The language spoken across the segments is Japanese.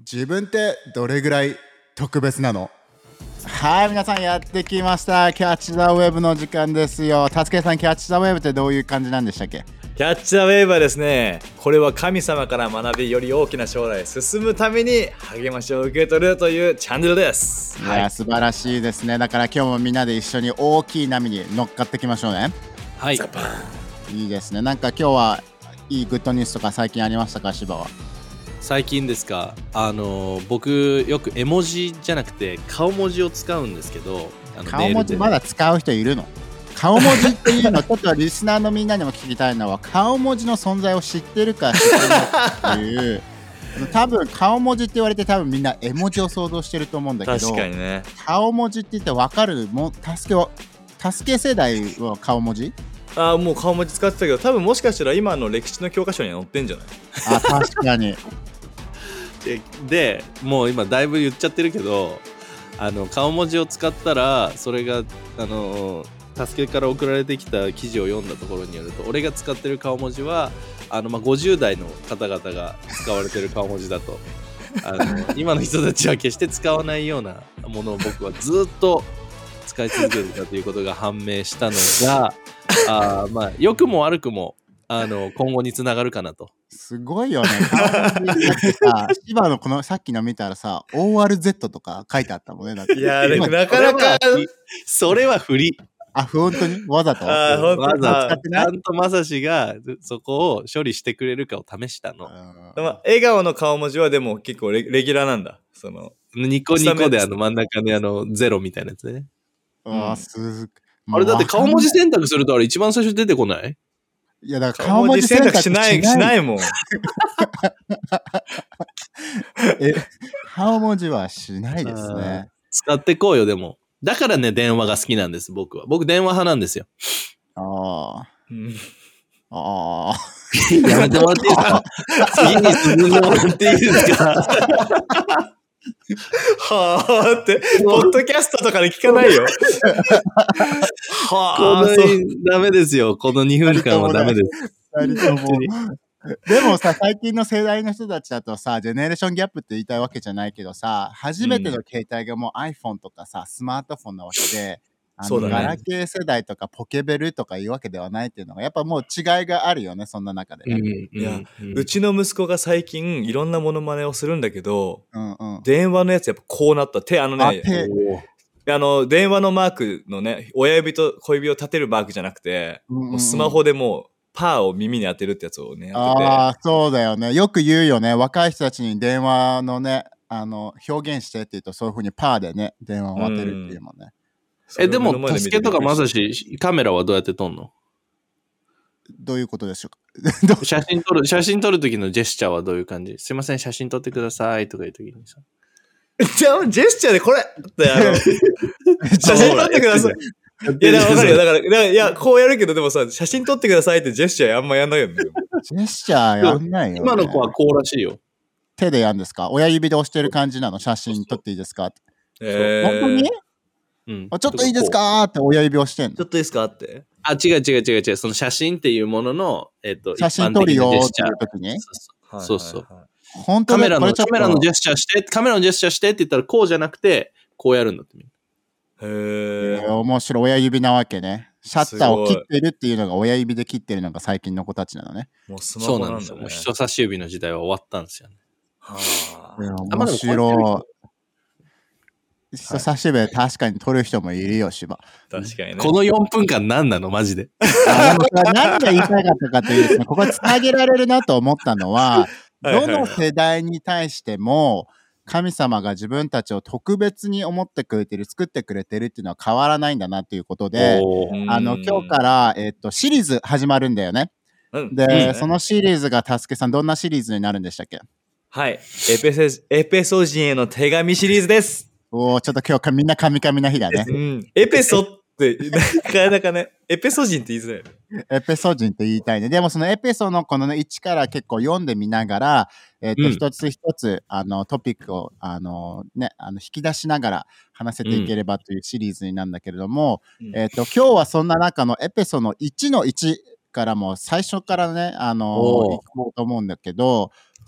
自分ってどれぐらい特別なの？はい、皆さんやってきました。キャッチザウェブの時間ですよ。たつけさん、キャッチザウェブってどういう感じなんでしたっけ？ キャッチザウェーブはですね、これは神様から学びより大きな将来へ進むために励ましを受け取るというチャンネルです。 いや、素晴らしいですね。だから今日もみんなで一緒に大きい波に乗っかっていきましょうね。 はい。 いいですね。なんか今日はいいグッドニュースとか最近ありましたか、柴は？ 最近ですか。僕よく絵文字じゃなくて顔文字を使うんですけど、 顔文字まだ使う人いるの？顔文字っていうのちょっとリスナーのみんなにも聞きたいのは、顔文字の存在を知ってるか知ってないかっていう多分顔文字って言われて多分みんな絵文字を想像してると思うんだけど、 確かにね。 顔文字って言って分かるも助け世代は顔文字？ もう顔文字使ってたけど、多分もしかしたら今の歴史の教科書には載ってんじゃない？ 確かにでもう今だいぶ言っちゃってるけど、顔文字を使ったらそれが助けから送られてきた記事を読んだところによると、俺が使ってる顔文字は50代の方々が使われてる顔文字だと今の人たちは決して使わないようなものを僕はずっと使い続けてたということが判明したのが良くも悪くも今後につながるかなと。 すごいよね。顔文字だってさ、柴のこのさっきの見たらさ ORZ とか書いてあったもんね。だっていやー、なかなかそれは振り。 本当にわざと？ わざ使ってない？ ちゃんとまさしがそこを処理してくれるかを試したの。 笑顔の顔文字はでも結構レギュラーなんだ。そのニコニコで真ん中にゼロみたいなやつね。 あれだって顔文字選択するとあれ一番最初出てこない？ いやだから顔文字選択しないもん。 顔文字はしないですね。 使ってこうよ。でもだからね、電話が好きなんです。僕電話派なんですよ。やめてもらっていいですか？次に進んでもらっていいですか？ はーってポッドキャストとかで聞かないよ。 ダメですよ。この2分間はダメです。 でもさ、最近の世代の人たちだとさ、ジェネレーションギャップって言いたいわけじゃないけどさ、初めての携帯がもう iPhone とかさ、スマートフォンなわけで、 そうだね、 ガラケー世代とかポケベルとかいうわけではないっていうのがやっぱもう違いがあるよね、そんな中でね。 うちの息子が最近いろんなモノマネをするんだけど、電話のやつやっぱこうなった。電話のマークのね、親指と小指を立てるマークじゃなくて、もうスマホでもうパーを耳に当てるってやつをねやってて。 そうだよね。よく言うよね。若い人たちに電話のね、表現してって言うとそういう風にパーでね、電話を当てるっていうもんね。 でも助けとかまさしカメラはどうやって撮んの？ どういうことでしょうか？ 写真撮る時のジェスチャーはどういう感じ？すいません、写真撮ってくださいとかいう時にさ。 じゃあジェスチャーでこれって写真撮ってください。いや、わかるよ。だからいや、こうやるけど、でもさ、写真撮ってくださいってジェスチャーあんまやんないよね。 ジェスチャーやんないよ、ね。 今の子はこうらしいよ。 手でやんですか？親指で押してる感じなの？写真撮っていいですかって。本当に？ちょっといいですかって親指押してんの？ ちょっといいですかって。 違う。その写真っていうものの、 写真撮るよっていう時に。 そうそう。 本当カメラのジェスチャーして、カメラのジェスチャーしてって言ったらこうじゃなくて、こうやるんだって。 面白い。親指なわけね。シャッターを切ってるっていうのが親指で切ってるのが最近の子たちなのね。 もうスマホなんですよ。もう人差し指の時代は終わったんですよね。 面白い。人差し指確かに撮る人もいるよ、芝。 確かにね。 この4分間何なのマジで。 何が言いたかったかというと、ここつなげられるなと思ったのは、どの世代に対しても神様が自分たちを特別に思ってくれてる、作ってくれてるっていうのは変わらないんだなっていうことで、今日から、シリーズ始まるんだよね。で、そのシリーズがたすけさんどんなシリーズになるんでしたっけ？ はい、エペソ人への手紙シリーズです。 ちょっと今日みんなカミカミな日だね。 エペソってなかなかね、エペソ人って言いづらいね。 エペソ人って言いたいね。でもそのエペソのこのね1から結構読んでみながら、一つ一つトピックを引き出しながら話せていければというシリーズになるんだけれども、今日はそんな中のエペソの1の1からも最初からね行こうと思うんだけど、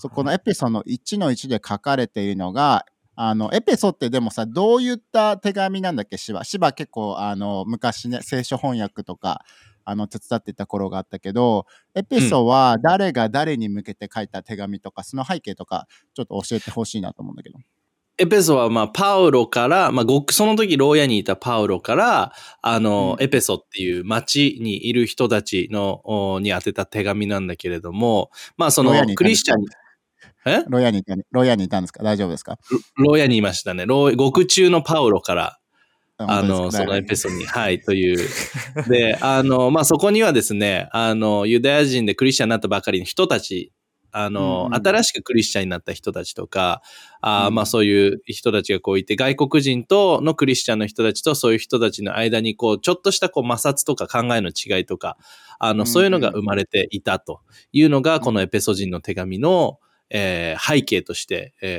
そこのエペソの1の1で書かれているのが、エペソってでもさ、どういった手紙なんだっけ、シバ結構、昔ね、聖書翻訳とか、手伝っていた頃があったけど、エペソは誰が誰に向けて書いた手紙とか、その背景とか、ちょっと教えてほしいなと思うんだけど。 エペソは、パウロから、その時、牢屋にいたパウロから、エペソっていう町にいる人たちに宛てた手紙なんだけれども、その、クリスチャンに、 牢屋にいたんですか？大丈夫ですか？ 牢屋にいましたね。獄中のパウロから、そのエペソに、はい、という。で、そこにはですね、ユダヤ人でクリスチャンになったばかりの人たち、新しくクリスチャンになった人たちとか、そういう人たちがこういて、外国人とのクリスチャンの人たちとそういう人たちの間に、こう、ちょっとしたこう摩擦とか考えの違いとか、そういうのが生まれていたというのが、このエペソ人の手紙の、背景として、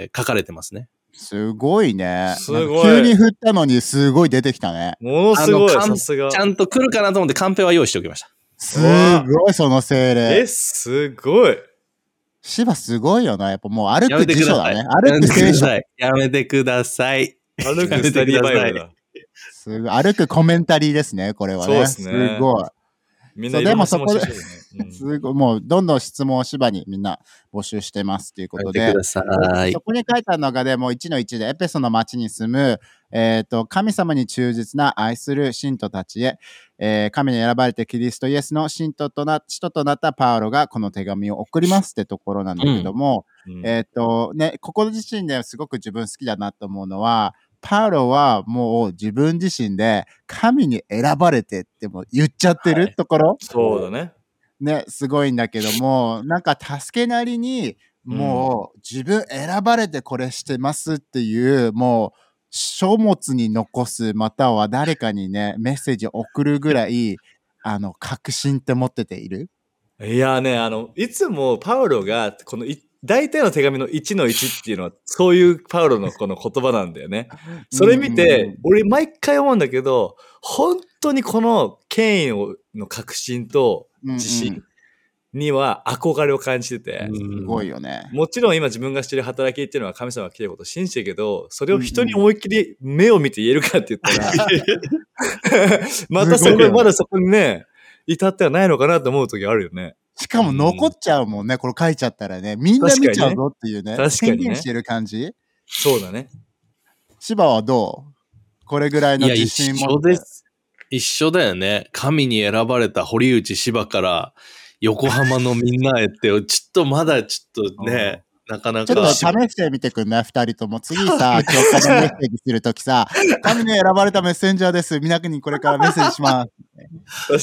書かれてますね。 すごいね。 すごい。 急に振ったのにすごい出てきたね。 ものすごい、さすが。 ちゃんと来るかなと思ってカンペは用意しておきました。 すごい、その精霊。 すごい。 シバすごいよな。やっぱもう歩く辞書だね。歩く聖書。 やめてください。 歩くスタディバイブルだ。 すごい。歩くコメンタリーですね、これはね。 そうですね。 すごい。 みんなでもそこで、すごい、もうどんどん質問をシバにみんな募集してますということで、そこに書いたのがでも1の1でエペソの町に住む、神様に忠実な愛する信徒たちへ、神に選ばれてキリストイエスの使徒となったパウロがこの手紙を送りますってところなんだけども、ここ自身ですごく自分好きだなと思うのは、パウロはもう自分自身で神に選ばれてっても言っちゃってるところ、 そうだね。 ね、すごいんだけども、なんか助けなりにもう自分選ばれてこれしてますっていう、もう書物に残す、または誰かにね、メッセージを送るぐらい、確信って持ってている？ いやね、いつもパウロが、この大体の手紙の1の1っていうのは、そういうパウロのこの言葉なんだよね。それ見て、俺毎回思うんだけど、本当にこの権威の確信と自信には憧れを感じてて。 すごいよね。 もちろん今自分がしてる働きっていうのは神様が来てることを信じてるけど、それを人に思いっきり目を見て言えるかって言ったら、まだそこにね、至ってはないのかなと思う時あるよね。 しかも残っちゃうもんね、これ書いちゃったらね。みんな見ちゃうぞっていうね。宣言してる感じ。 そうだね。 シバはどう？これぐらいの自信も。 一緒だよね。神に選ばれた堀内芝から横浜のみんなへって、ちょっとまだちょっとね、なかなか。 ちょっと試してみてくんない？二人とも。次さ、教会でメッセージするときさ、神に選ばれたメッセンジャーです。皆にこれからメッセージします。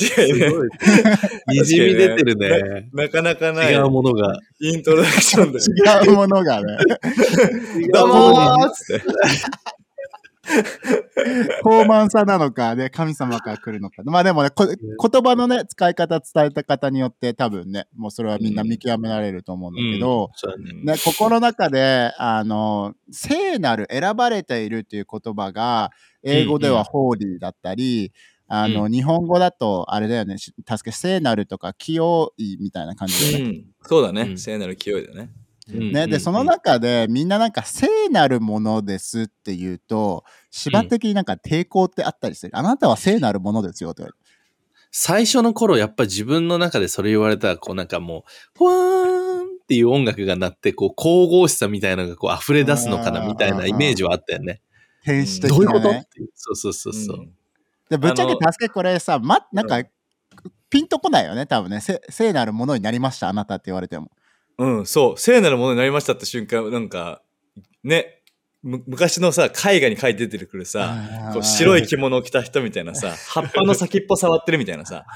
確かにね。 にじみ出てるね。 なかなかない。 違うものが。 イントロダクションで。 違うものがね。 どうもーっつって。 高慢さなのか、ね、神様から来るのか。まあでもね、言葉のね、使い方、伝えた方によって多分ね、もうそれはみんな見極められると思うんだけど、ね、心の中で、聖なる、選ばれているという言葉が、英語ではホーリーだったり、日本語だと、あれだよね、聖なるとか、清いみたいな感じだよね。 そうだね、聖なる清いだね。 ね、でその中でみんななんか聖なるものですって言うと芝的になんか抵抗ってあったりする、あなたは聖なるものですよって言われる。 最初の頃やっぱ自分の中でそれ言われたらこうなんかもうふわーんっていう音楽が鳴ってこう神々しさみたいなのがこう溢れ出すのかなみたいなイメージはあったよね。 天使的な、ね、 どういうことっていう。そう、 でぶっちゃけ助けこれさ、なんかピンとこないよね多分ね。聖なるものになりましたあなたって言われても。 そう、聖なるものになりましたって瞬間、なんか、ね、昔のさ、絵画に描いて出てくるさ、こう白い着物を着た人みたいなさ、葉っぱの先っぽ触ってるみたいなさ、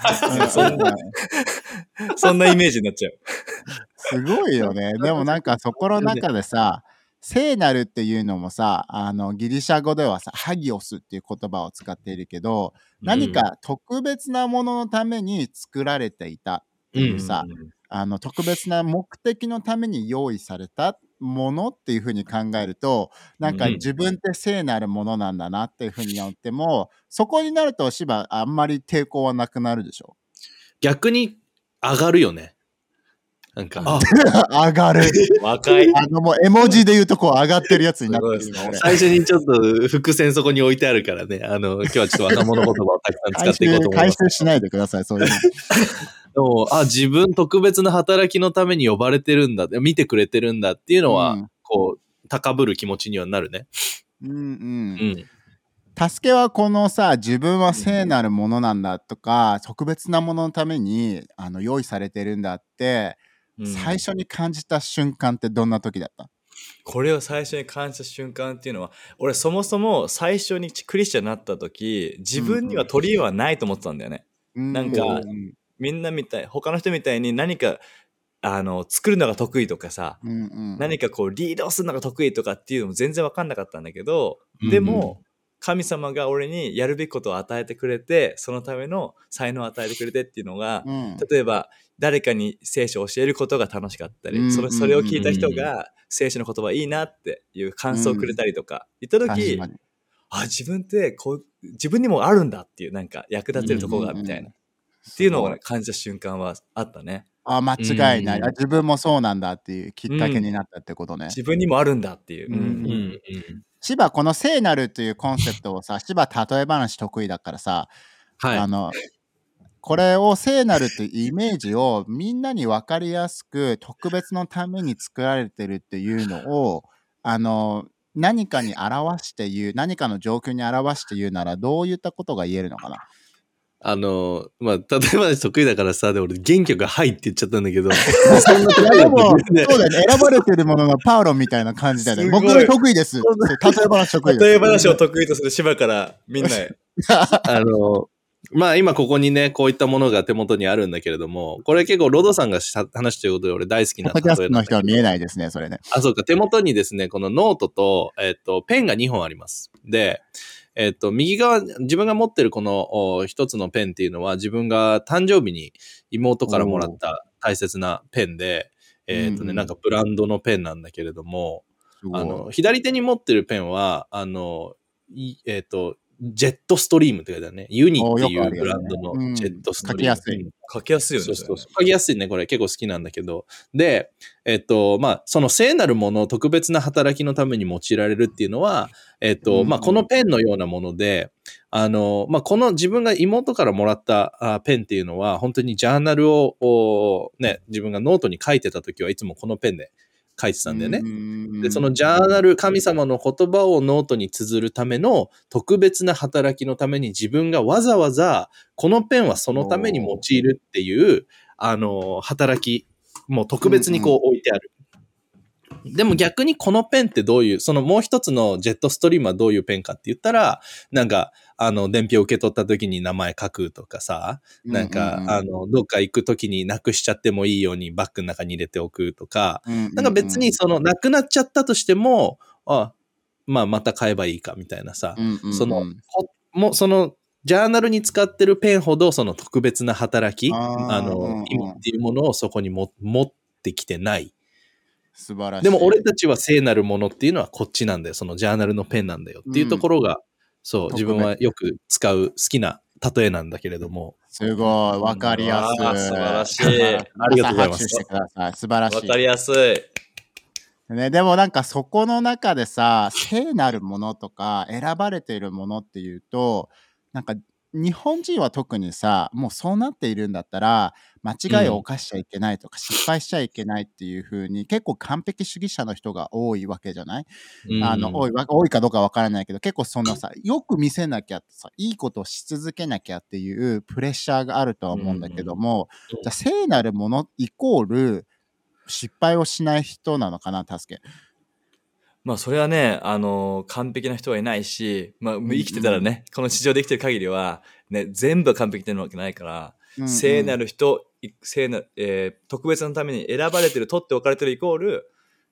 そんなイメージになっちゃう。 すごいよね。でもなんかそこの中でさ、聖なるっていうのもさ、ギリシャ語ではさ、ハギオスっていう言葉を使っているけど、何か特別なもののために作られていたっていうさ、特別な目的のために用意されたものっていうふうに考えると、なんか自分って聖なるものなんだなっていうふうに思っても、そこになると芝あんまり抵抗はなくなるでしょ。 逆に上がるよね。 なんか、 上がる。 若い。 もう絵文字で言うとこう上がってるやつになってるすごい今俺。 最初にちょっと伏線そこに置いてあるからね。今日はちょっと若者言葉をたくさん使っていこうと思い回ます。 収しないでください、そういうの。 でも、自分特別な働きのために呼ばれてるんだ、見てくれてるんだっていうのは、こう、高ぶる気持ちにはなるね。 タスケはこのさ、自分は聖なるものなんだとか、特別なもののために用意されてるんだって、最初に感じた瞬間ってどんな時だった？ これを最初に感じた瞬間っていうのは、俺そもそも最初にクリスチャンになった時、自分には取り柄はないと思ってたんだよね。なんか、みんなみたい、他の人みたいに何か作るのが得意とかさ、何かこうリードするのが得意とかっていうのも全然分かんなかったんだけど、でも神様が俺にやるべきことを与えてくれて、そのための才能を与えてくれてっていうのが、例えば誰かに聖書を教えることが楽しかったり、それを聞いた人が聖書の言葉いいなっていう感想をくれたりとか言った時、自分ってこう自分にもあるんだっていう、なんか役立てるところがみたいなっていうのを感じた瞬間はあったね。 間違いない。自分もそうなんだっていうきっかけになったってことね。 自分にもあるんだっていう。 芝、この聖なるというコンセプトをさ、芝例え話得意だからさ、これを聖なるというイメージをみんなに分かりやすく特別のために作られてるっていうのを何かに表して言う、何かの状況に表して言うならどういったことが言えるのかな？ 例えば得意だからさ、で俺原曲がはいって言っちゃったんだけど。 そんなそうだよね。選ばれてるものがパウロみたいな感じだよね。僕の得意です。例え話得意です。 例え話を得意とする芝からみんなへ。 今ここにね、こういったものが手元にあるんだけれども、これ結構ロドさんが話してることで俺大好きな例えなんだけど。ポッドキャストの人は見えないですね、それね。 そうか。手元にですね、このノートと、ペンが2本あります。で、右側、自分が持ってるこの一つのペンっていうのは自分が誕生日に妹からもらった大切なペンで、なんかブランドのペンなんだけれども、左手に持ってるペンは、ジェットストリームって書いてあるね。ユニっていうブランドのジェットストリーム。 書きやすいよね。 書きやすいね。これ結構好きなんだけど。で、その聖なるもの、特別な働きのために用いられるっていうのは、このペンのようなもので、この自分が妹からもらったペンっていうのは、本当にジャーナルをね、自分がノートに書いてた時はいつもこのペンで書いてたんだよね。で、そのジャーナル、神様の言葉をノートに綴るための特別な働きのために自分がわざわざこのペンはそのために用いるっていう、働き、もう特別にこう置いてある。でも逆にこのペンってどういう、そのもう一つのジェットストリームはどういうペンかって言ったら、なんか、伝票受け取った時に名前書くとかさ、なんか、どっか行く時になくしちゃってもいいようにバッグの中に入れておくとか、なんか別にその、なくなっちゃったとしても、また買えばいいかみたいなさ、その、ジャーナルに使ってるペンほどその特別な働き、意味っていうものをそこに持ってきてない。 素晴らしい。 でも俺たちは聖なるものっていうのはこっちなんだよ。そのジャーナルのペンなんだよっていうところが、そう、自分はよく使う好きな例えなんだけれども。 すごい、わかりやすい。 素晴らしい。 ありがとうございます。 してください。素晴らしい。 わかりやすい。 ね、でもなんかそこの中でさ、聖なるものとか選ばれているものっていうと、なんか日本人は特にさ、もうそうなっているんだったら間違いを犯しちゃいけないとか、失敗しちゃいけないっていう風に結構完璧主義者の人が多いわけじゃない？多いかどうかわからないけど、結構そのさ、よく見せなきゃさ、いいことをし続けなきゃっていうプレッシャーがあるとは思うんだけども、じゃあ聖なるものイコール失敗をしない人なのかな、助け。 それはね、完璧な人はいないし、生きてたらね、この地上で生きてる限りは、ね、全部完璧でるわけないから、聖なる人、特別のために選ばれてる、取っておかれてるイコール、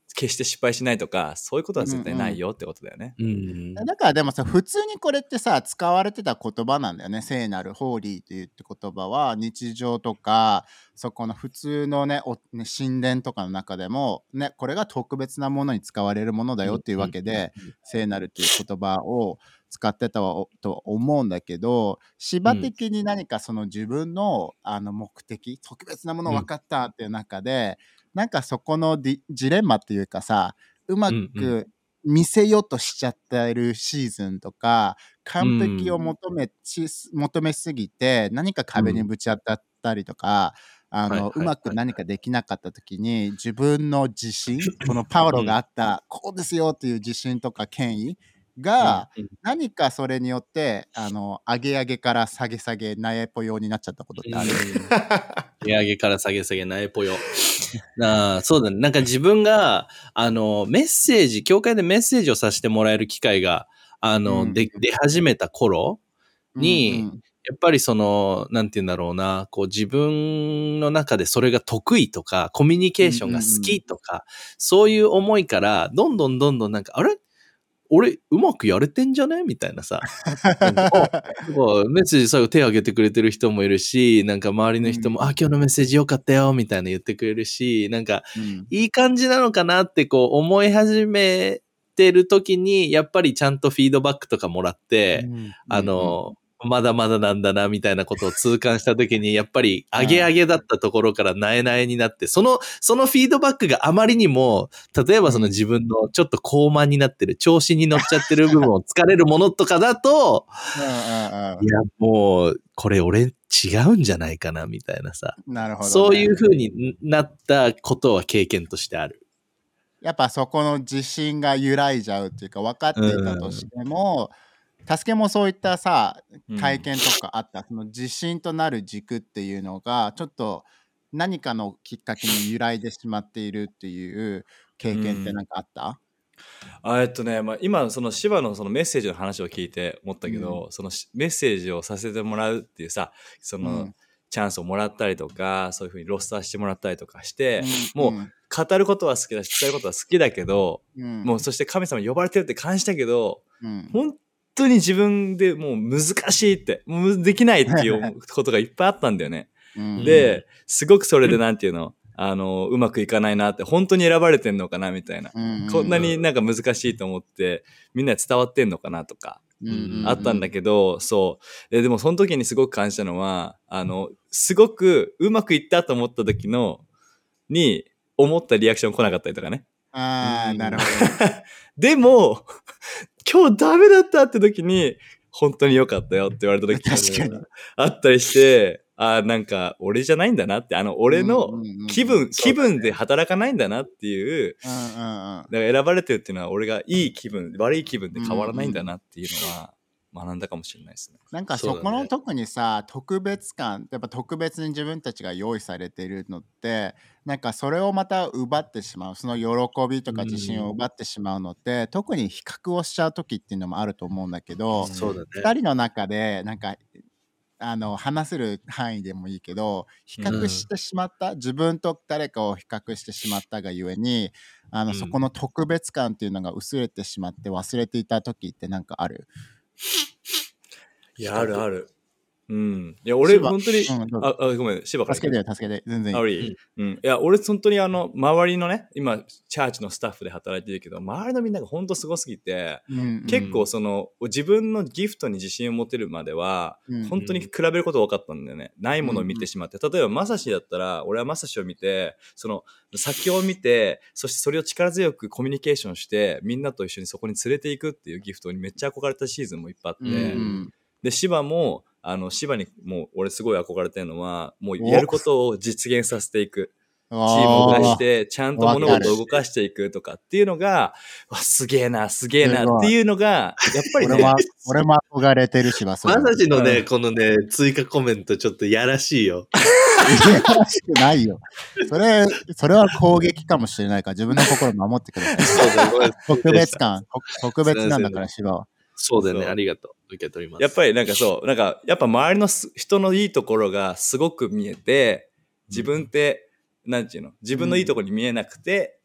決して失敗しないとか、そういうことは絶対ないよってことだよね。 だからでもさ、普通にこれってさ、使われてた言葉なんだよね。聖なるホーリーというって言葉は、日常とか、そこの普通のね、神殿とかの中でも、ね、これが特別なものに使われるものだよっていうわけで、聖なるっていう言葉を使ってたと思うんだけど、芝的に何かその自分の目的、特別なもの分かったっていう中で、なんかそこのジレンマっていうかさ、うまく見せようとしちゃってるシーズンとか、完璧を求めすぎて、何か壁にぶち当たったりとか、うまく何かできなかった時に、自分の自信、このパウロがあった、こうですよっていう自信とか権威が、何かそれによって、上げ上げから下げ下げ、なえぽよになっちゃったことってある？ 上げ上げから下げ下げ、なえぽよ。そうだね。なんか自分が、メッセージ、教会でメッセージをさせてもらえる機会が、出始めた頃に、やっぱりその、なんて言うんだろうな、こう自分の中でそれが得意とか、コミュニケーションが好きとか、そういう思いから、どんどんなんか、あれ俺、うまくやれてんじゃねみたいなさ。なんかメッセージ最後手挙げてくれてる人もいるし、なんか周りの人も、今日のメッセージよかったよ、みたいな言ってくれるし、なんか、いい感じなのかなってこう思い始めてる時に、やっぱりちゃんとフィードバックとかもらって、まだまだなんだな、みたいなことを痛感したときに、やっぱり、上げ上げだったところからなえなえになって、そのフィードバックがあまりにも、例えばその自分のちょっと高慢になってる、調子に乗っちゃってる部分を疲れるものとかだと、いや、もう、これ俺違うんじゃないかな、みたいなさ。 なるほど、ね。 そういう風になったことは経験としてある。 やっぱそこの自信が揺らいじゃうっていうか、分かっていたとしても、助けもそういったさ、体験とかあった、その自信となる軸っていうのが、ちょっと何かのきっかけに揺らいでしまっているっていう経験って何かあった？ 今その芝のそのメッセージの話を聞いて思ったけど、そのメッセージをさせてもらうっていうさ、そのチャンスをもらったりとか、そういうふうにロスターしてもらったりとかして、もう語ることは好きだし、伝えることは好きだけど、もうそして神様に呼ばれてるって感じたけど、本当に自分でもう難しいって、もうできないっていうことがいっぱいあったんだよね。で、すごくそれでなんていうの、うまくいかないなって、本当に選ばれてんのかなみたいな。こんなになんか難しいと思って、みんなに伝わってんのかなとか、あったんだけど、そう。でもその時にすごく感じたのは、すごくうまくいったと思った時に思ったリアクション来なかったりとかね。 なるほど。 でも、今日ダメだったって時に、本当に良かったよって言われた時にあったりして、なんか俺じゃないんだなって、俺の気分で働かないんだなっていう、だから選ばれてるっていうのは俺がいい気分、悪い気分で変わらないんだなっていうのは学んだかもしれないですね。 なんかそこの特にさ、特別感、やっぱ特別に自分たちが用意されているのって、なんかそれをまた奪ってしまう、その喜びとか自信を奪ってしまうのって、特に比較をしちゃう時っていうのもあると思うんだけど、2人の中でなんか話せる範囲でもいいけど、比較してしまった、自分と誰かを比較してしまったがゆえに、そこの特別感っていうのが薄れてしまって忘れていた時ってなんかある？ いや、ある。いや、俺、本当に、ごめん、芝から。 助けて、全然いい。 いや、俺、本当に周りのね、今、チャーチのスタッフで働いてるけど、周りのみんなが本当すごすぎて、結構自分のギフトに自信を持てるまでは、本当に比べること多かったんだよね。ないものを見てしまって。例えば、まさしだったら、俺はまさしを見て、先を見て、そしてそれを力強くコミュニケーションして、みんなと一緒にそこに連れていくっていうギフトにめっちゃ憧れたシーズンもいっぱいあって、で、芝も、芝にもう俺すごい憧れてるのは、もうやることを実現させていく。チームを動かして、ちゃんと物事を動かしていくとかっていうのが、すげえなっていうのが、やっぱりね。 俺も憧れてるし、 まさしのね、このね、追加コメントちょっとやらしいよ。 やらしくないよ。それは攻撃かもしれないから、自分の心を守ってください。そうだ、特別なんだから、芝は。 そうだよね、ありがとう。受け取ります。 やっぱりなんかやっぱ周りの人のいいところがすごく見えて、自分って、なんていうの、自分のいいところに見えなくて、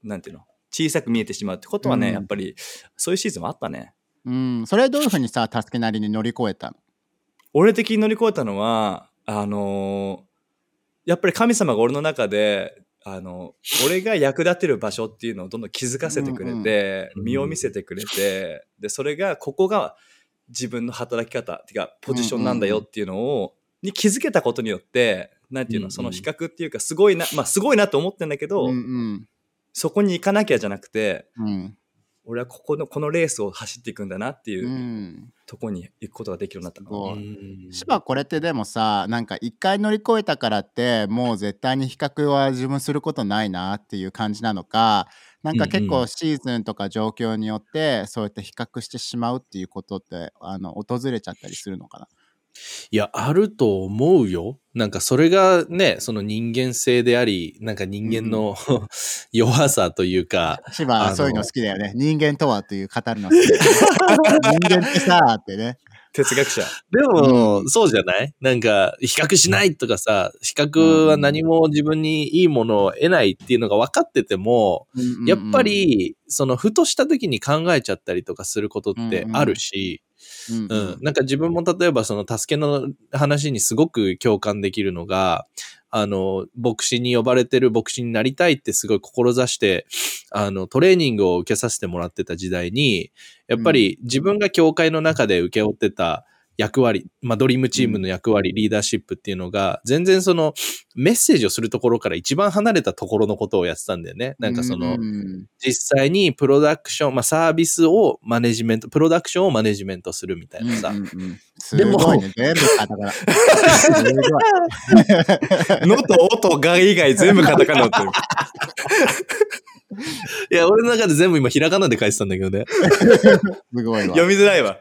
なんていうの、小さく見えてしまうってことはね、 うんやっぱりそういうシーズンもあったね。 それどういうふうにさ、助けなりに乗り越えたの？ 俺的に乗り越えたのは、やっぱり神様が俺の中で、俺が役立てる場所っていうのをどんどん気づかせてくれて、身を見せてくれて、で、それが、ここが自分の働き方、っていうか、ポジションなんだよっていうのを、に気づけたことによって、なんていうの、その比較っていうか、すごいな、まあ、すごいなと思ってんだけど、そこに行かなきゃじゃなくて、俺はこのレースを走っていくんだなっていうとこに行くことができるようになったの。 芝これってでもさ、なんか一回乗り越えたからってもう絶対に比較は自分することないなっていう感じなのか、なんか結構シーズンとか状況によってそうやって比較してしまうっていうことって訪れちゃったりするのかな？ いや、あると思うよ。なんかそれがね、その人間性であり、なんか人間の、弱さというか。 芝そういうの好きだよね。人間とはという語るの好きだよね。人間ってさーってね。 哲学者。 でも、そうじゃない？なんか、比較しないとかさ、比較は何も自分にいいものを得ないっていうのが分かってても、やっぱり、その、ふとした時に考えちゃったりとかすることってあるし、なんか自分も例えばその助けの話にすごく共感できるのが、牧師に呼ばれてる牧師になりたいってすごい志して、トレーニングを受けさせてもらってた時代に、やっぱり自分が教会の中で請け負ってた役割、ドリームチームの役割、リーダーシップっていうのが、全然そのメッセージをするところから一番離れたところのことをやってたんだよね。なんかその、実際にプロダクション、サービスをマネジメント、プロダクションをマネジメントするみたいなさ。 でも、全部カタカナ。 のとおとが以外全部カタカナってる。 いや、俺の中で全部今ひらがなで書いてたんだけどね。 すごいわ。 読みづらいわ。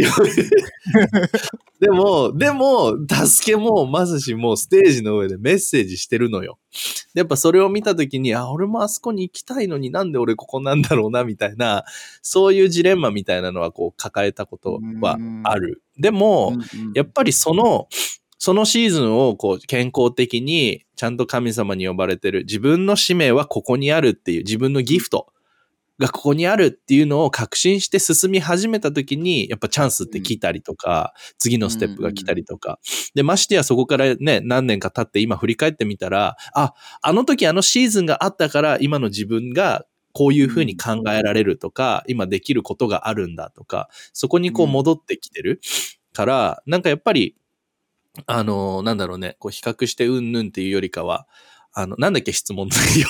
でも、助けもまさしもステージの上でメッセージしてるのよ。でやっぱそれを見たときに、俺もあそこに行きたいのになんで俺ここなんだろうな、みたいな、そういうジレンマみたいなのはこう抱えたことはある。でも、やっぱりそのシーズンをこう健康的にちゃんと神様に呼ばれてる、自分の使命はここにあるっていう自分のギフトがここにあるっていうのを確信して進み始めた時に、やっぱチャンスって来たりとか、次のステップが来たりとか。で、ましてやそこからね、何年か経って今振り返ってみたら、あの時あのシーズンがあったから今の自分がこういう風に考えられるとか、今できることがあるんだとか、そこにこう戻ってきてるから、なんかやっぱり、なんだろうね、こう比較してうんぬんっていうよりかは、なんだっけ質問の内容。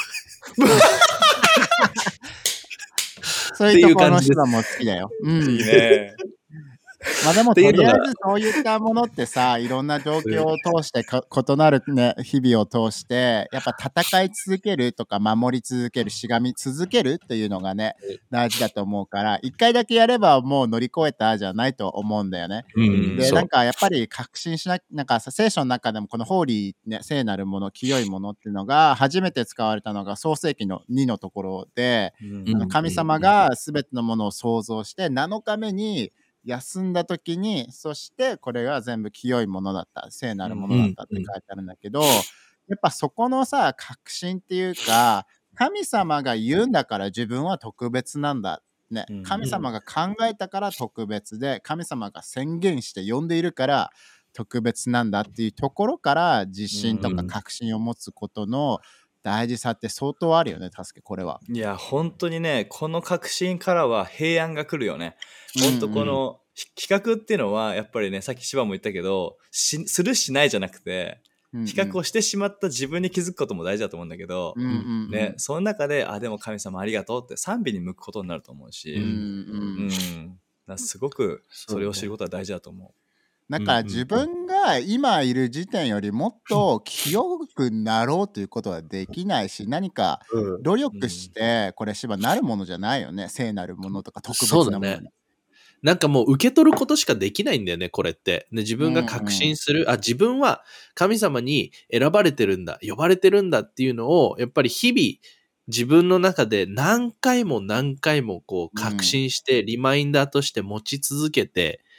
そういうところの人も好きだよ。 いいね。 でもとりあえずそういったものってさ、いろんな状況を通して異なるね、日々を通して、やっぱ戦い続けるとか守り続ける、しがみ続けるっていうのがね、大事だと思うから、一回だけやればもう乗り越えたじゃないと思うんだよね。で、なんかやっぱり確信しな、なんか聖書の中でもこのホーリー、ね、聖なるもの、清いものっていうのが初めて使われたのが創世記の2のところで、神様が全てのものを創造して7日目に休んだ時に、そしてこれが全部清いものだった、聖なるものだったって書いてあるんだけど、やっぱそこのさ、確信っていうか、神様が言うんだから自分は特別なんだ。ね、神様が考えたから特別で、神様が宣言して呼んでいるから特別なんだっていうところから自信とか確信を持つことの大事さって相当あるよね、助け、これは。 いや、本当にね、この確信からは平安が来るよね。本当この比較っていうのは、やっぱりね、さっき芝も言ったけど、するしないじゃなくて、比較をしてしまった自分に気づくことも大事だと思うんだけど、ね、その中で、でも神様ありがとうって賛美に向くことになると思うし、すごくそれを知ることは大事だと思う。 なんか自分が今いる時点よりもっと清くなろうということはできないし、何か努力してこれ芝なるものじゃないよね、聖なるものとか特別なもの。そうだね。 なんかもう受け取ることしかできないんだよね、これって。で、自分が確信する、自分は神様に選ばれてるんだ、呼ばれてるんだっていうのを、やっぱり日々自分の中で何回もこう確信して、リマインダーとして持ち続けて、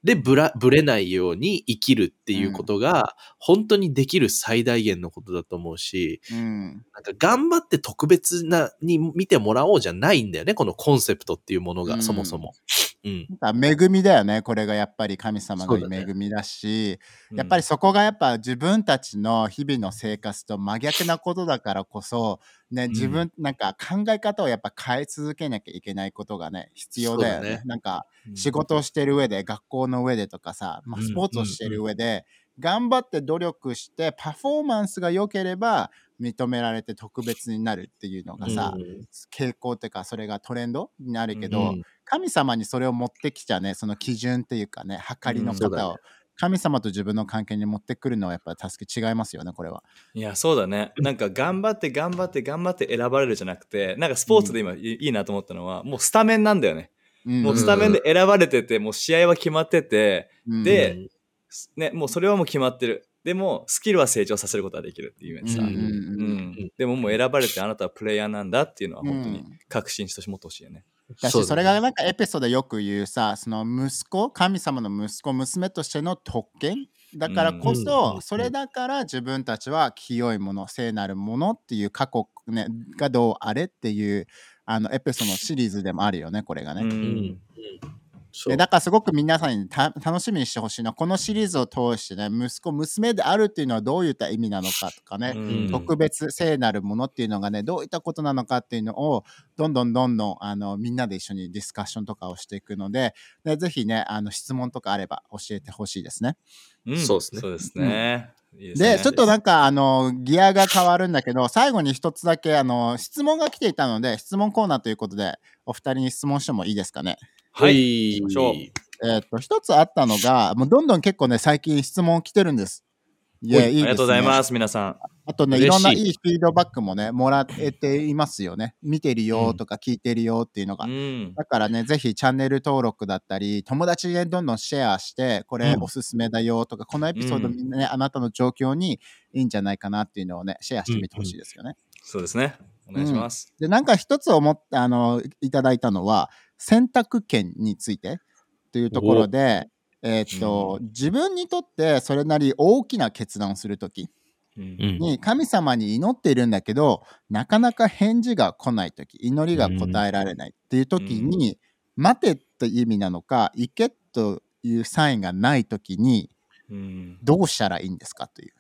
でぶれないように生きるっていうことが、本当にできる最大限のことだと思うし、なんか頑張って特別なに見てもらおうじゃないんだよね、このコンセプトっていうものが、そもそも。 なんか恵みだよね。これがやっぱり神様の恵みだし、やっぱりそこがやっぱ自分たちの日々の生活と真逆なことだからこそ、ね、自分、なんか考え方をやっぱ変え続けなきゃいけないことがね、必要だよね。なんか仕事をしてる上で、学校の上でとかさ、スポーツをしてる上で、頑張って努力してパフォーマンスが良ければ認められて特別になるっていうのがさ、傾向っていうかそれがトレンドになるけど、神様にそれを持ってきちゃね、その基準っていうかね、測りの方を神様と自分の関係に持ってくるのはやっぱり助け違いますよね、これは。 いや、そうだね。なんか頑張って選ばれるじゃなくて、なんかスポーツで今いいなと思ったのは、もうスタメンなんだよね。もうスタメンで選ばれてて、もう試合は決まってて、で、ね、もうそれはもう決まってる。でもスキルは成長させることができるっていうさ、でももう選ばれてあなたはプレイヤーなんだっていうのは本当に確信して持ってほしいよね。 だしそれがなんかエピソードでよく言うさ、その息子、神様の息子、娘としての特権だからこそ、それだから自分たちは清いもの、聖なるものっていう過去、ね、がどうあれっていうエピソードのシリーズでもあるよね、これがね。でだからすごく皆さんに楽しみにしてほしいのは、このシリーズを通してね、息子娘であるっていうのはどういった意味なのかとかね、特別聖なるものっていうのがね、どういったことなのかっていうのをどんどんみんなで一緒にディスカッションとかをしていくので、ぜひね質問とかあれば教えてほしいですね。 そうですね。 でちょっとなんかギアが変わるんだけど、最後に一つだけ質問が来ていたので、質問コーナーということでお二人に質問してもいいですかね。 はい、しましょう。 一つあったのが、もうどんどん結構ね、最近質問来てるんです。 いや、いいですね。ありがとうございます、皆さん。 あとね、いろんないいフィードバックもね、もらえていますよね。見てるよとか聞いてるよっていうのが。だからね、ぜひチャンネル登録だったり、友達でどんどんシェアして、これおすすめだよとか、このエピソードみんなね、あなたの状況にいいんじゃないかなっていうのをね、シェアしてみてほしいですよね。 そうですね。お願いします。 で、なんか一ついただいたのは、選択権についてというところで、自分にとってそれなり大きな決断をするときに神様に祈っているんだけど、なかなか返事が来ないとき、祈りが答えられないっていうときに、待てって意味なのか、行けというサインがないときに、どうしたらいいんですかという。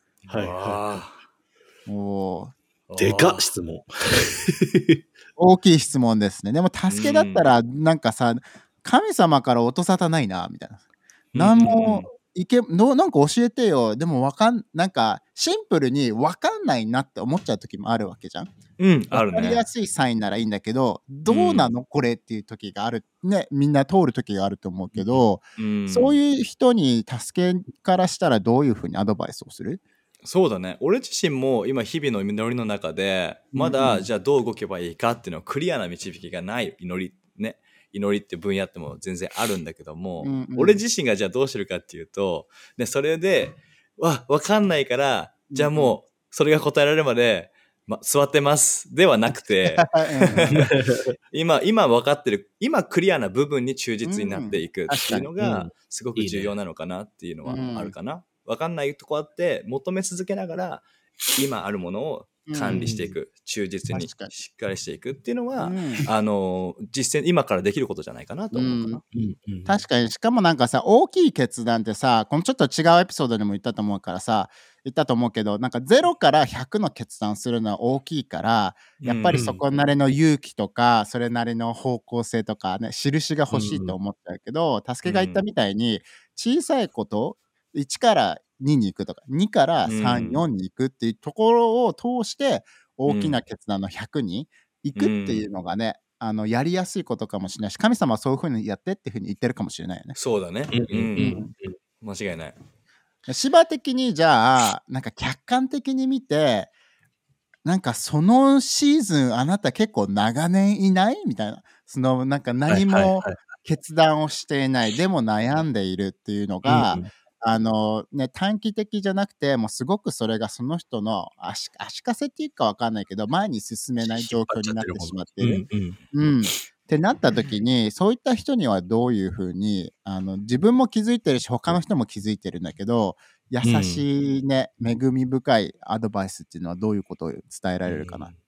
でかっ質問。 大きい質問ですね。でも助けだったらなんかさ、神様から音沙汰ないなみたいな。なんもなんか教えてよ。でもなんかシンプルに分かんないなって思っちゃう時もあるわけじゃん。 あるね。 分かりやすいサインならいいんだけど、どうなのこれっていう時があるね。みんな通る時があると思うけど、そういう人に助けからしたらどういうふうにアドバイスをする？ そうだね。俺自身も今日々の祈りの中で、まだじゃあどう動けばいいかっていうのはクリアな導きがない祈りね。祈りって分野っても全然あるんだけども、俺自身がじゃあどうしてるかっていうと、でそれでわかんないから、じゃあもうそれが答えられるまで、座ってますではなくて今分かってる、今クリアな部分に忠実になっていくっていうのがすごく重要なのかなっていうのはあるかな。分かんないとこあって求め続けながら今あるものを管理していく、忠実にしっかりしていくっていうのは、実践今からできることじゃないかなと思うかな。 確かに。しかもなんかさ、大きい決断ってさ、このちょっと違うエピソードでも言ったと思うけど、なんか0から100の決断するのは大きいから、やっぱりそこなりの勇気とか、それなりの方向性とかね、印が欲しいと思っちゃうけど、助けが言ったみたいに小さいこと、1から2に行くとか、2から3、4に行くっていうところを通して大きな決断の100に行くっていうのがね、やりやすいことかもしれないし、神様はそういうふうにやってっていうふうに言ってるかもしれないよね。 そうだね。間違いない。 芝的にじゃあなんか客観的に見て、なんかそのシーズンあなた結構長年いないみたいな、なんか何も決断をしていない、でも悩んでいるっていうのが、短期的じゃなくて、もうすごくそれがその人の足かせっていうか分かんないけど、前に進めない状況になってしまっている。 ってなった時に、そういった人にはどういうふうに、自分も気づいてるし、他の人も気づいてるんだけど、優しいね、恵み深いアドバイスっていうのはどういうことを伝えられるかな。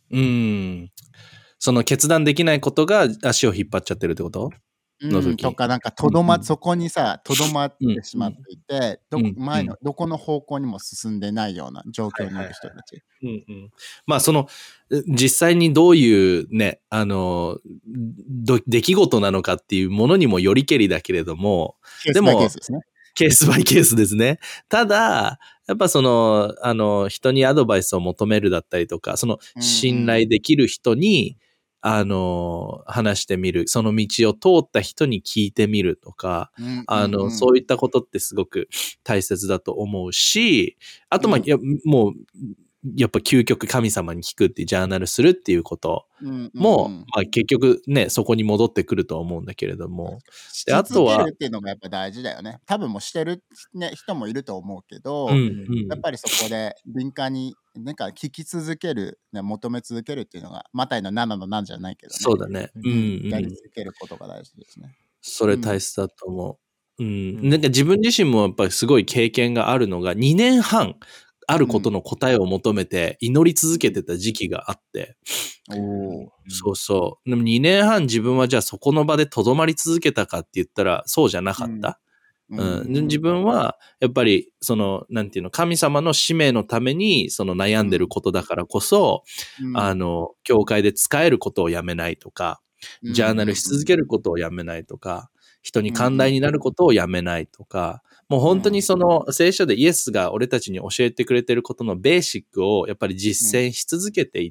その決断できないことが足を引っ張っちゃってるってことの時とか、なんかそこにさ、とどまってしまっていて、前のどこの方向にも進んでないような状況にいる人たち。 まあその実際にどういうね、出来事なのかっていうものにもよりけりだけれども、 でもケースですね。 ケースバイケースですね。ただ、やっぱその、人にアドバイスを求めるだったりとか、その信頼できる人に、話してみる、その道を通った人に聞いてみるとか、そういったことってすごく大切だと思うし、あと、もう、やっぱ究極神様に聞くっていうジャーナルするっていうことも、まあ結局ね、そこに戻ってくると思うんだけれども。 で、あとは。し続けるっていうのがやっぱ大事だよね。多分もうしてる、ね、人もいると思うけど、やっぱりそこで敏感に、なんか聞き続ける、ね、求め続けるっていうのが、マタイの7の何じゃないけどね。 そうだね。 やり続けることが大事ですね。 それ大切だと思う。なんか自分自身もやっぱりすごい経験があるのが、2年半、あることの答えを求めて祈り続けてた時期があって。そうそう。でも2年半自分はじゃあそこの場で留まり続けたかって言ったらそうじゃなかった。自分はやっぱりそのなんていうの、神様の使命のためにその悩んでることだからこそ、教会で使えることをやめないとか、ジャーナルし続けることをやめないとか、人に寛大になることをやめないとか、もう本当にその聖書でイエスが俺たちに教えてくれてることのベーシックをやっぱり実践し続けていって、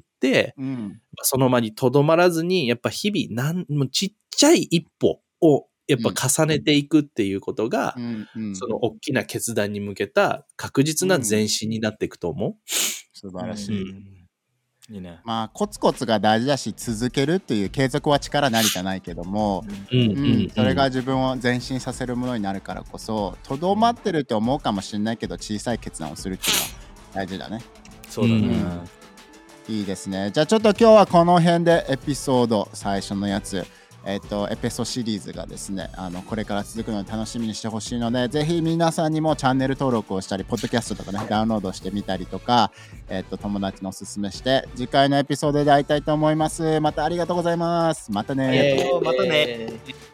その場にとどまらずに、やっぱ日々もうちっちゃい一歩をやっぱ重ねていくっていうことが、その大きな決断に向けた確実な前進になっていくと思う。 素晴らしい。 いいね。 まあコツコツが大事だし、続けるっていう継続は力なりじゃないけども、それが自分を前進させるものになるからこそ、とどまってるって思うかもしれないけど、小さい決断をするっていうのは大事だね。 そうだね。 いいですね。じゃあちょっと今日はこの辺でエピソード最初のやつ、エペソシリーズがですね、これから続くので楽しみにしてほしいので、ぜひ皆さんにもチャンネル登録をしたり、ポッドキャストとかね、ダウンロードしてみたりとか、友達におすすめして、次回のエピソードで会いたいと思います。またありがとうございます。またね。 またね。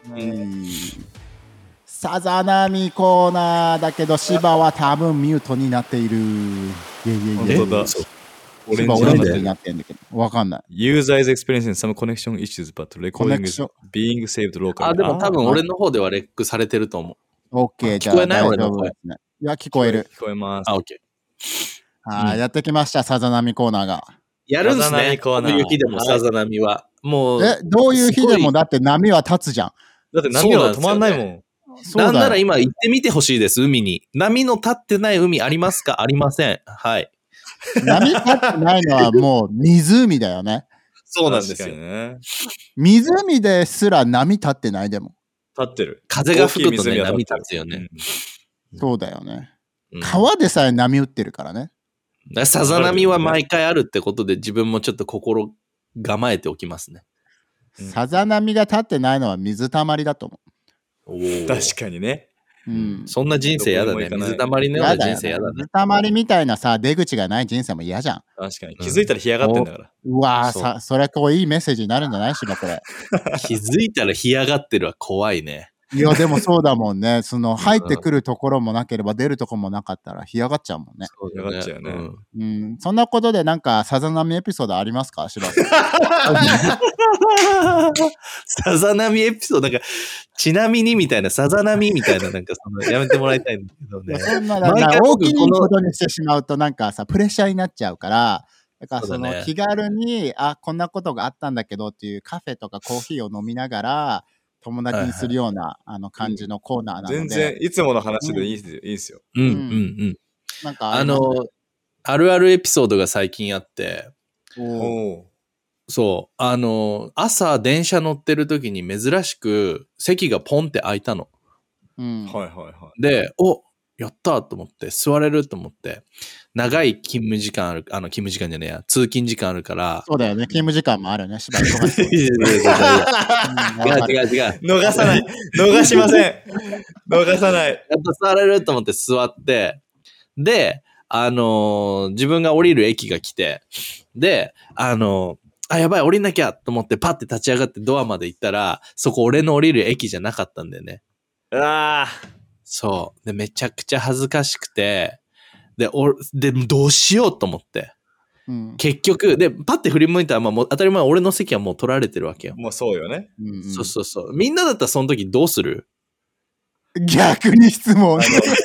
さざ波コーナーだけど、芝は多分ミュートになっている。 本当だ。 オレンジになってんだけど、わかんない。 User is experiencing some connection issues, but recording is being saved locally. でも多分俺の方ではレックされてると思う。OK、 じゃあ聞こえない俺の声。 いや、聞こえる。 聞こえます。 OK。 はい、やってきました、さざ波コーナーが。 やるんですね、この雪でもさざ波は。もう。 どういう日でもだって波は立つじゃん。 だって波は止まんないもん。 なんなら今行ってみてほしいです、海に。波の立ってない海ありますか？ありません。はい。 波立ってないのはもう湖だよね。 そうなんですよね。 湖ですら波立ってないでも。 立ってる。 風が吹くとね、波立つよね。 そうだよね。川でさえ波打ってるからね。 さざ波は毎回あるってことで自分もちょっと心構えておきますね。 さざ波が立ってないのは水たまりだと思う。確かにね。 そんな人生やだね。水たまりのような人生やだね。 水たまりみたいなさ、出口がない人生も嫌じゃん。 確かに。気づいたら干上がってんだから。 うわぁ、それいいメッセージになるんじゃないしばこれ。 気づいたら干上がってるは怖いね。 いや、でもそうだもんね。入ってくるところもなければ出るところもなかったら干上がっちゃうもんね。 干上がっちゃうね。 そんなことでなんかさざ波エピソードありますか、柴さん。 さざ波エピソード、なんか、ちなみにみたいな、さざ波みたいな、なんかやめてもらいたいんだけどね。 そんな大きいことにしてしまうとなんかさ、プレッシャーになっちゃうから、だから気軽に、こんなことがあったんだけどっていうカフェとかコーヒーを飲みながら、友達にするような感じのコーナーなので。 全然、いつもの話でいいですよ。 なんかあるあるエピソードが最近あって、そう、朝電車乗ってる時に珍しく席がポンって開いたの。 はいはいはい。 で、やったと思って、座れると思って。 長い勤務時間ある、勤務時間じゃねえや、通勤時間あるから。 そうだよね。勤務時間もあるね。しばらくとかして。 違う。 逃さない。逃しません。逃さない。 やっと座れると思って座って、で、自分が降りる駅が来て、で、やばい、降りなきゃと思ってパッて立ち上がってドアまで行ったら、そこ俺の降りる駅じゃなかったんだよね。そう。で、めちゃくちゃ恥ずかしくて、で、どうしようと思って。結局、で、パッて振り向いたら、もう当たり前俺の席はもう取られてるわけよ。 もうそうよね。 そう。みんなだったらその時どうする？ 逆に質問。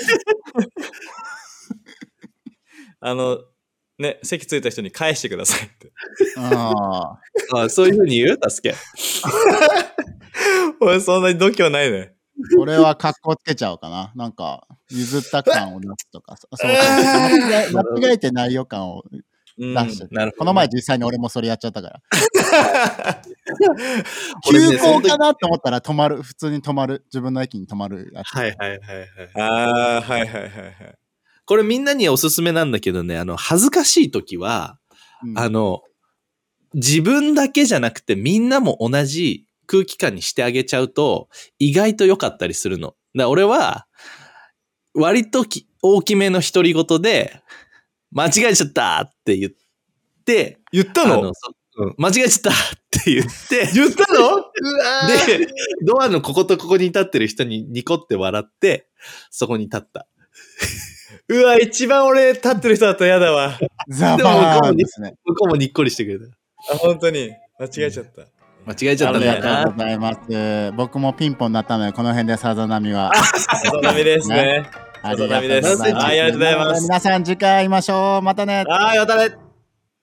ね、席ついた人に返してくださいって。 そういう風に言う？助け。 俺そんなに度胸ないね。 俺は格好つけちゃおうかな。なんか、譲った感を出すとか、間違えてない予感を出して、この前実際に俺もそれやっちゃったから。急行かなって思ったら普通に止まる、自分の駅に止まるやつ。 はい。 はい。 これみんなにおすすめなんだけどね、恥ずかしい時は、自分だけじゃなくてみんなも同じ空気感にしてあげちゃうと、意外と良かったりするの。だから俺は、割と大きめの独り言で、間違えちゃったって言って、 言ったの？ 間違えちゃったって言って、 言ったの？ で、ドアのこことここに立ってる人にニコって笑って、そこに立った。 うわ、一番俺立ってる人だったら嫌だわ。 ザバーンですね。 向こうもにっこりしてくれた。 本当に。間違えちゃった。 間違えちゃったんだよな。 ありがとうございます。僕もピンポンになったので、この辺でさざ波は。 さざ波ですね。 ありがとうございます。 ありがとうございます。 皆さん次回会いましょう。またね。 またね。